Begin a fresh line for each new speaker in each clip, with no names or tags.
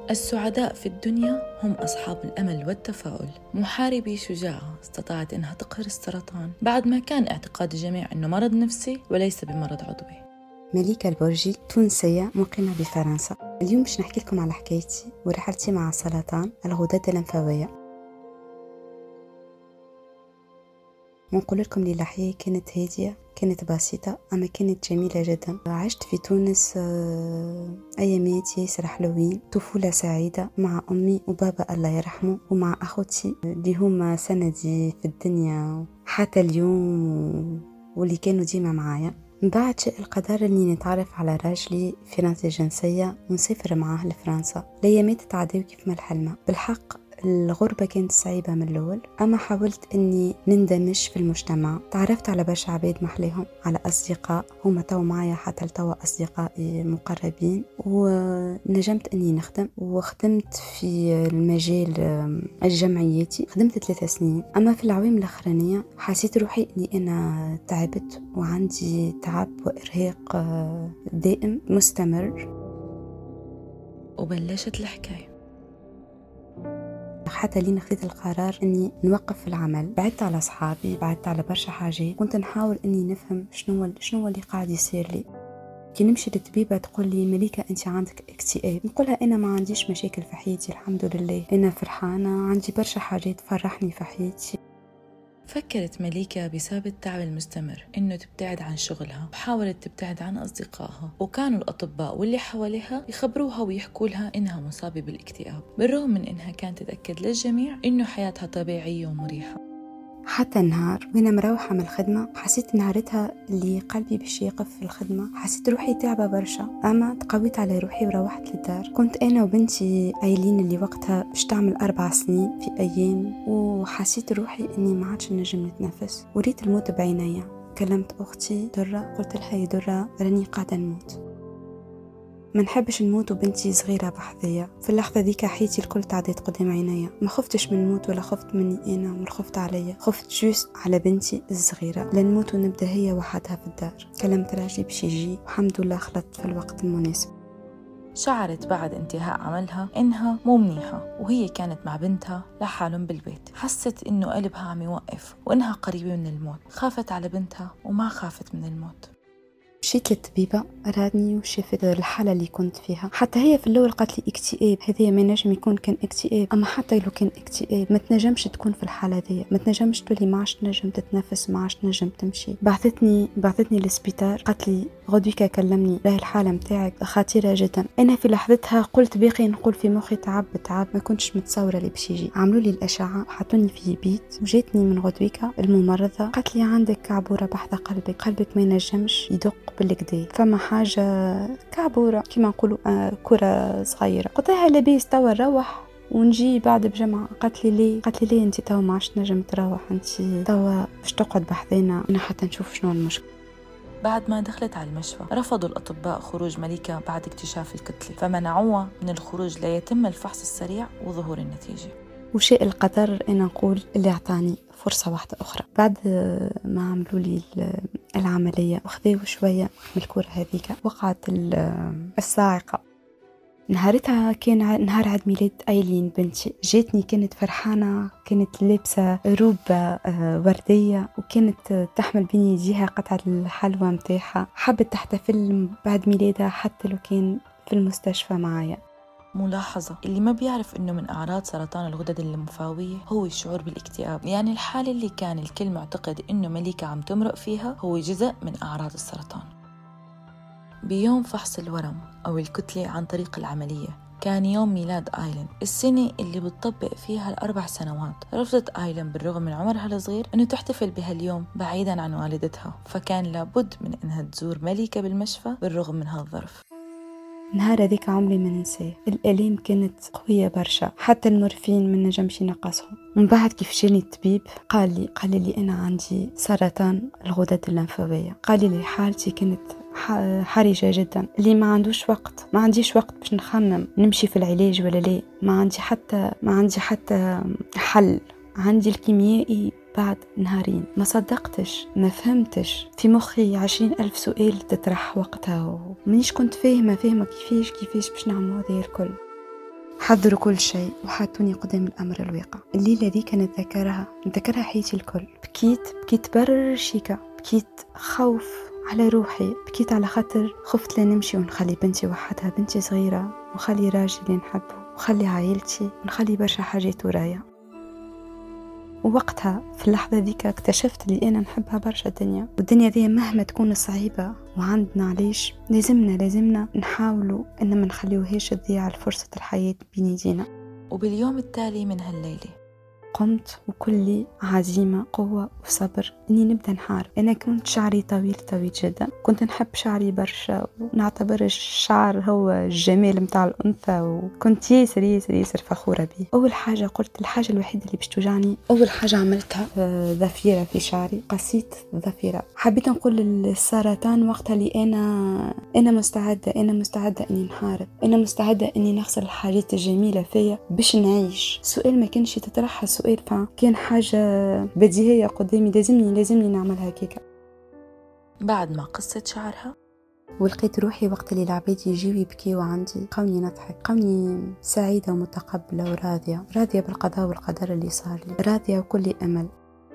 السعداء في الدنيا هم أصحاب الأمل والتفاؤل. محاربة شجاعة استطاعت أنها تقهر السرطان بعد ما كان اعتقاد الجميع أنه مرض نفسي وليس بمرض عضوي.
مليكة البرجي تونسية مقيمة بفرنسا. اليوم باش نحكي لكم على حكايتي ورحلتي مع سرطان الغدد اللمفاوية. ونقول لكم لي الحياة كانت هادية، كانت بسيطة أما كانت جميلة جدا. عشت في تونس أيامات ياسر حلوين، طفولة سعيدة مع أمي وبابا الله يرحمه ومع أخوتي اللي هما سندي في الدنيا حتى اليوم واللي كانوا ديما معايا. من بعد شاء القدر اني نتعرف على راجلي فرنسي جنسية ونسافر معاه لفرنسا. الايامات تعداو كيف ما الحلمة. بالحق الغربة كانت صعيبة من الأول، أما حاولت أني نندمج في المجتمع. تعرفت على برشا عباد محليهم، على أصدقاء هما تو معايا حتى لتوا أصدقائي مقربين، ونجمت أني نخدم. وخدمت في المجال الجمعياتي، خدمت 3 سنين. أما في العوام الأخرانية حسيت روحي أني أنا تعبت وعندي تعب وإرهاق دائم مستمر.
وبلشت الحكاية
حتى لين خذيت القرار اني نوقف في العمل. بعدت على اصحابي، بعدت على برشا حاجات. كنت نحاول اني نفهم شنو اللي قاعد يصير لي. كي نمشي للطبيبه تقول لي مليكه انت عندك اكتئاب، نقولها انا ما عنديش مشاكل في حياتي الحمد لله، انا فرحانه، عندي برشا حاجات تفرحني في حياتي.
فكرت مليكة بسبب التعب المستمر إنه تبتعد عن شغلها، وحاولت تبتعد عن أصدقائها، وكانوا الأطباء واللي حواليها يخبروها ويحكوا لها إنها مصابة بالاكتئاب، بالرغم من إنها كانت تتأكد للجميع إنه حياتها طبيعية ومريحة.
حتى النهار وانا مروحه من الخدمه حسيت نهارتها اللي قلبي باش يقف في الخدمه، حسيت روحي تعبه برشا، اما تقويت على روحي وروحت للدار. كنت انا وبنتي ايلين اللي وقتها باش تعمل 4 سنين في ايام، وحسيت روحي اني ما عادش نجم نتنفس وريت الموت بعينيا. كلمت اختي درة، قلت لها يا درة راني قاعده نموت، ما نحبش نموت وبنتي صغيرة بحذية. في اللحظة ذيك حياتي الكل تعديت قدام عينيا، ما خفتش من الموت ولا خفت مني أنا ولا خفت عليا، خفت جوست على بنتي الصغيرة. لنموت ونبدأ هي وحدها في الدار. كلمت راجلي باش يجي، والحمد لله خلطت في الوقت المناسب.
شعرت بعد انتهاء عملها إنها مو منيحة، وهي كانت مع بنتها لحالهم بالبيت. حست إنه قلبها عم يوقف وإنها قريبة من الموت. خافت على بنتها وما خافت من الموت.
مشيت للطبيبة رادني وشافت الحالة اللي كنت فيها. حتى هي في الأول قالت لي اكتئاب، هذا ما نجم يكون كان اكتئاب، أما حتى لو كان اكتئاب ما تنجمش تكون في الحالة دي، ما تنجمش تولي ما عادش تنجم تتنفس، ما عادش تنجم تمشي. بعثتني للسبيطار، قالت لي غدويكا كلمني، راهي الحالة متاعك خطيرة جدا. أنا في لحظتها قلت باقي نقول في مخي تعب، ما كنتش متصورة اللي باش يجي. عملوا لي الأشعة وحطوني في بيت، وجاتني من غدويكا الممرضة قالت لي عندك كعبورة بحذا قلبك ما ينجمش يدق بالكدا، فما حاجة كعبورة كما نقولوا كرة صغيرة. قلت لها لاباس توا نروح ونجي بعد بجمعة. قالت لي ليه انت توا ما عادش نجم تروح، انت توا باش تقعد بحذنا انا حتى نشوف شنو المشكلة.
بعد ما دخلت على المشفى رفضوا الأطباء خروج مليكة بعد اكتشاف الكتلة، فمنعوها من الخروج ليتم الفحص السريع وظهور النتيجة.
وشاء القدر أنا نقول اللي أعطاني فرصة واحدة أخرى. بعد ما عملوا لي العملية وخذوا شوية من الكرة هذيك، وقعت الصاعقة. نهارتها كان نهار عيد ميلاد أيلين بنتي. جاتني كانت فرحانة، كانت لابسة روبة وردية، وكانت تحمل بين يديها قطعة الحلوى متاعها. حبت تحتفل بعد ميلادها حتى لو كان في المستشفى معايا.
ملاحظة، اللي ما بيعرف إنه من أعراض سرطان الغدد اللمفاوية هو الشعور بالاكتئاب، يعني الحالة اللي كان الكل معتقد إنه مليكة عم تمرق فيها هو جزء من أعراض السرطان. بيوم فحص الورم أو الكتلة عن طريق العملية كان يوم ميلاد آيلين، السنة اللي بتطبق فيها 4 سنوات. رفضت آيلين بالرغم من عمرها الصغير إنه تحتفل بهاليوم بعيدا عن والدتها، فكان لابد من إنها تزور مليكة بالمشفى بالرغم من هالظرف.
نهار هذيك عمري ما ننساه، الآلام كانت قوية برشا، حتى المورفين من نجمش نقصهم. من بعد كيف جاني الطبيب قال لي أنا عندي سرطان الغدد اللمفاوية. قال لي حالتي كانت حرجة جدا، اللي ما عنديش وقت باش نخمم نمشي في العلاج ولا لا. ما عندي حتى حل. عندي الكيميائي بعد نهارين. ما صدقتش، ما فهمتش، في مخي 20,000 سؤال تطرح وقتها، ومنيش كنت فاهمة كيفاش باش نعمل هذا الكل. حضروا كل شيء وحطوني قدام الأمر الواقع. الليلة دي كانت نذكرها حياتي الكل. بكيت برشيكة، بكيت خوف على روحي، بكيت على خاطر خفت لا نمشي ونخلي بنتي وحدها، بنتي صغيرة، ونخلي راجلي نحبه، ونخلي عائلتي، ونخلي برشا حاجات ورايا. ووقتها في اللحظة ذيك اكتشفت اللي أنا نحبها برشا الدنيا، والدنيا ذي مهما تكون صعيبة وعندنا علاش لازمنا نحاولوا أن ما نخليوهاش تضيع الفرصة الحياة بين يدينا.
وباليوم التالي من هالليلة
قمت وكلي عزيمة قوة وصبر إني نبدأ نحارب. أنا كنت شعري طويل جدا، كنت نحب شعري برشا ونعتبر الشعر هو الجمال متاع الأنثى، وكنت ياسر فخورة به. أول حاجة قلت الحاجة الوحيدة اللي باش توجعني، أول حاجة عملتها ضفيرة في شعري، قصيت ضفيرة. حبيت نقول السرطان وقتها اللي أنا مستعدة إني نحارب، أنا مستعدة إني نغسل الحاجات الجميلة فيا باش نعيش. سؤال ما كانش تطرحها سؤال، كان حاجة بديهية قدامي، لازمني نعملها كيكا.
بعد ما قصت شعرها
ولقيت روحي وقت اللي العباد يجيو يبكيوا عندي قوني نضحك، قوني سعيدة ومتقبلة وراضية بالقضاء والقدر اللي صار لي، راضية وكل أمل.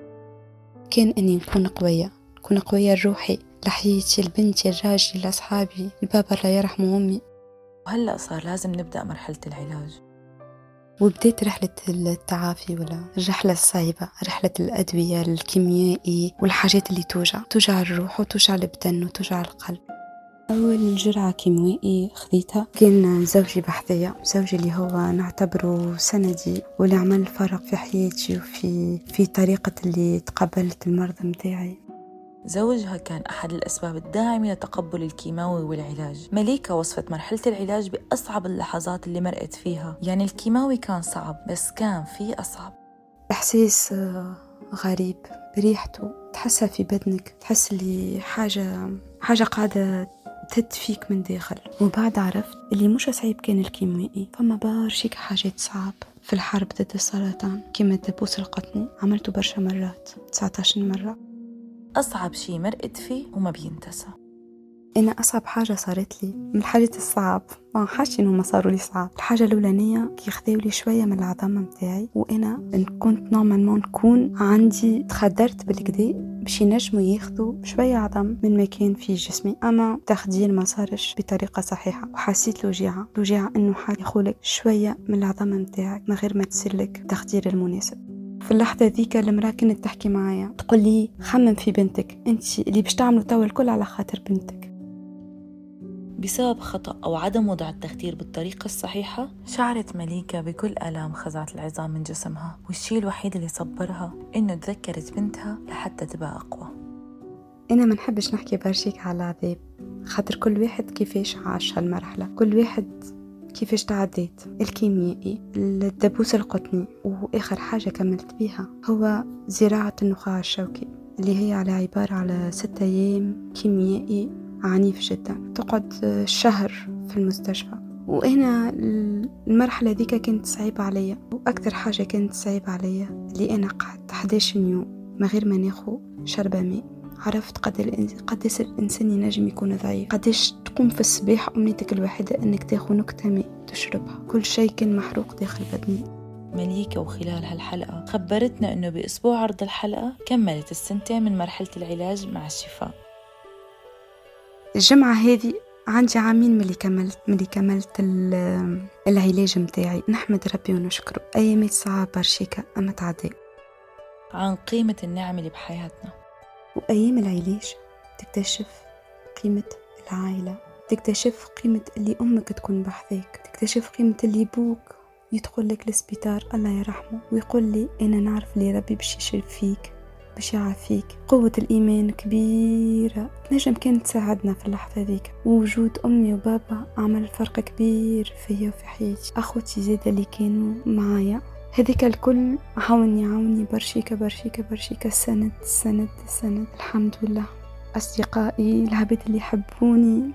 كان أني نكون قوية لروحي، لحياتي، لبنتي، لراجلي، لأصحابي، لبابا الله يرحمه أمي.
وهلأ صار لازم نبدأ مرحلة العلاج،
وبدأت رحلة التعافي ولا الرحلة الصعبة، رحلة الأدوية الكيميائي والحاجات اللي توجع الروح وتوجع البدن وتوجع القلب. أول جرعة كيميائي خذيتها كان زوجي بحذية، زوجي اللي هو نعتبره سندي واللي عمل فرق في حياتي وفي طريقة اللي تقبلت المرض متاعي.
زوجها كان أحد الأسباب الداعمة لتقبل الكيماوي والعلاج. مليكة وصفت مرحلة العلاج بأصعب اللحظات اللي مرقت فيها، يعني الكيماوي كان صعب بس كان فيه أصعب.
إحساس غريب، ريحته تحسها في بدنك، تحس لي حاجة قاعدة تدفيك من داخل. وبعد عرفت اللي مش صعيب كان الكيميائي، فما برشيك حاجات صعب في الحرب ضد السرطان، كما الدبوس القطني عملته برشا مرات، 19 مرة.
أصعب شي مرقت فيه وما بينتسى.
أنا أصعب حاجة صارت لي من الحاجات الصعب، ما حاجة إنه ما صاروا لي صعب. الحاجة الأولانية كي خذوا لي شوية من العظام متاعي، وأنا كنت نورمالمون نكون عندي تخدرت بالكدا باش ينجموا ياخذوا شوية عظم من مكان في جسمي، أما تخدير ما صارش بطريقة صحيحة. وحسيت لوجيعة إنه حد ياخذلك شوية من العظام متاعك من غير ما تسلك التخدير المناسب. في اللحظة ذيك المرأة كانت تحكي معايا تقول لي خمم في بنتك، انت اللي باش تعملوا توا الكل على خاطر بنتك.
بسبب خطأ أو عدم وضع التخدير بالطريقة الصحيحة، شعرت مليكة بكل آلام خزعة العظام من جسمها، والشيء الوحيد اللي صبرها إنه تذكرت بنتها لحتى تبقى أقوى.
أنا ما نحبش نحكي برشيك على العذاب، خاطر كل واحد كيفاش عاش هالمرحلة، كل واحد كيفاش تعديت. الكيميائي، الدبوس القطني، وآخر حاجة كملت بيها هو زراعة النخاع الشوكي، اللي هي على عبارة على 6 أيام كيميائي عنيف جدا، تقعد شهر في المستشفى. وأنا المرحلة ذيك كانت صعيبة عليا، وأكثر حاجة كانت صعيبة عليا اللي أنا قعدت 11 يوم من غير ما ناخذ شربة ماء. عرفت قديش الإنسان ينجم يكون ضعيف، قديش تقوم في الصباح أمنيتك الوحيدة أنك تاخذ نكتة ماء تشربها، كل شيء كان محروق داخل بدني.
مليكة وخلال هالحلقة خبرتنا أنه بأسبوع عرض الحلقة كملت السنتين من مرحلة العلاج مع الشفاء.
الجمعة هذه عندي عامين ملي كملت العلاج متاعي. نحمد ربي ونشكره، أيامات صعبة برشيكة أما تعدي.
عن قيمة النعم اللي بحياتنا،
وأيام العلاج تكتشف قيمة العائلة، تكتشف قيمة اللي أمك تكون بحذاك، تكتشف قيمة اللي بوك يدخل لك للسبيطار الله يرحمه ويقول لي أنا نعرف لي ربي باش يشرف فيك باش يعافيك. قوة الإيمان كبيرة نجم كانت تساعدنا في اللحظة ذيك. ووجود أمي وبابا عمل فرق كبير فيا وفي حياتي. أخوتي زيادة اللي كانوا معايا هذيك الكل عاوني برشيكة السند الحمد لله. أصدقائي العباد اللي يحبوني.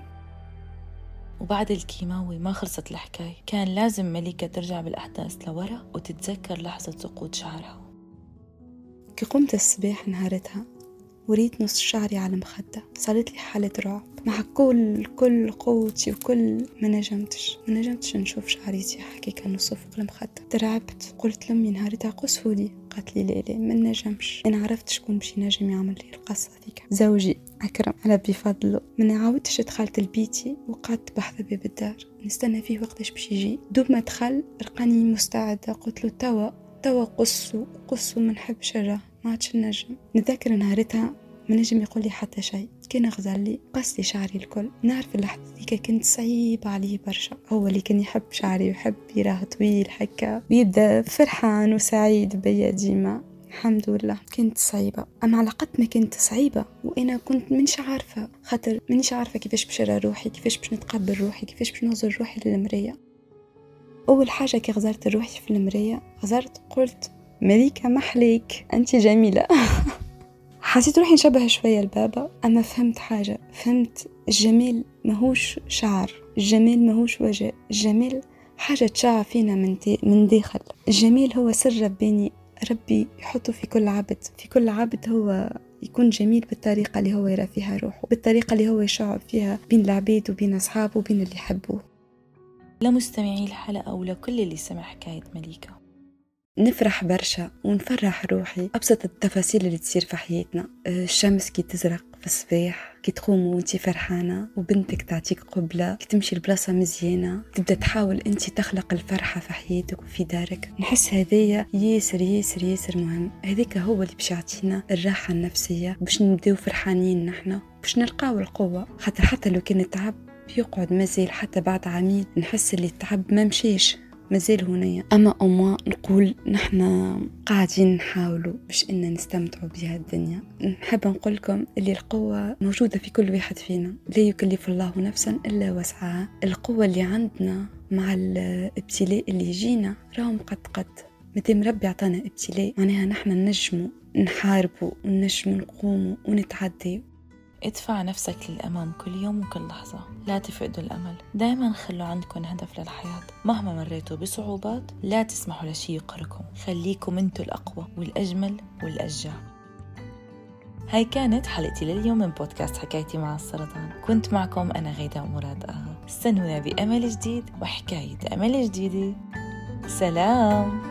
وبعد الكيماوي ما خلصت الحكاية، كان لازم مليكة ترجع بالأحداث لورا وتتذكر لحظة سقوط شعرها.
كي قمت الصباح نهارتها وريت نص شعري على المخدة. صارت لي حالة رعب، مع كل قوتي وكل ما نجمتش نشوف شعري يسيح هكاك نص فوق المخدة. ترعبت، قلت لأمي نهارتها قصولي، قالت لي لا ما نجمش. انا عرفت شكون باش ينجم يعمل لي القصة ذيك، زوجي أكرم على بفضله. ما عاودتش دخلت لبيتي وقعدت بحث باب الدار نستنى فيه وقتاش باش يجي. دوب ما دخل لقاني مستعدة، قلت له توا قصوا ما نحبش الراه، ما عادش نجم. نذكر نهارتها ما نجم يقول لي حتى شيء، كان غزل لي قص لي شعري الكل. نعرف اللحظة ديك كانت صعيبة عليه برشا، هو اللي كان يحب شعري ويحب يراه طويل هكا ويبدا فرحان وسعيد بيا ديما. الحمد لله كانت صعيبة، أما على قد ما كانت صعيبة وأنا كنت منش عارفة، خاطر منيش عارفة كيفاش باش أرى روحي، كيفاش باش نتقبل روحي، كيفاش باش نغزر روحي للمراية. أول حاجة كي غزرت روحي في المراية قلت مليكة محليك أنت جميلة. حسيت روحي نشبه شوية البابا، أما فهمت حاجة، فهمت الجميل ماهوش شعر، الجميل ماهوش وجه، الجميل حاجة تشع فينا من داخل. الجميل هو سر ربي يحطه في كل عبد هو يكون جميل بالطريقة اللي هو يرى فيها روحه، بالطريقة اللي هو يشعر فيها بين العبيد وبين أصحابه وبين اللي يحبوه.
لمستمعي الحلقة ولكل اللي سمع حكاية مليكة،
نفرح برشا ونفرح روحي أبسط التفاصيل اللي تصير في حياتنا. الشمس كي تزرق في الصباح، كي تقوم وانتي فرحانة وبنتك تعطيك قبلة، كي تمشي البلاصة مزيانة، تبدأ تحاول انتي تخلق الفرحة في حياتك وفي دارك. نحس هذايا ياسر مهم، هذاك هو اللي باش يعطينا الراحة النفسية باش نبداو فرحانين نحنا، باش نلقاو القوة. خاطر حتى لو كان التعب يقعد مازال حتى بعد عامين، نحس اللي التعب ما مشيش مازال هنايا، أما أما نقول نحنا قاعدين نحاولوا باش إننا نستمتعوا بها الدنيا. نحب نقول لكم اللي القوة موجودة في كل واحد فينا، لا يكلف الله نفسا إلا وسعها. القوة اللي عندنا مع الابتلاء اللي يجينا راهم قد مدام ربي عطانا ابتلاء، معناها نحنا نجموا نحاربوا ونجموا نقوموا ونتعدي.
ادفع نفسك للأمام كل يوم وكل لحظة، لا تفقدوا الأمل، دائما خلوا عندكم هدف للحياة. مهما مريتوا بصعوبات لا تسمحوا لشي يقهركم، خليكم انتوا الأقوى والأجمل والأشجع. هاي كانت حلقتي لليوم من بودكاست حكايتي مع السرطان. كنت معكم أنا غيداء مراد آغا. استنونا بأمل جديد وحكاية أمل جديدة. سلام.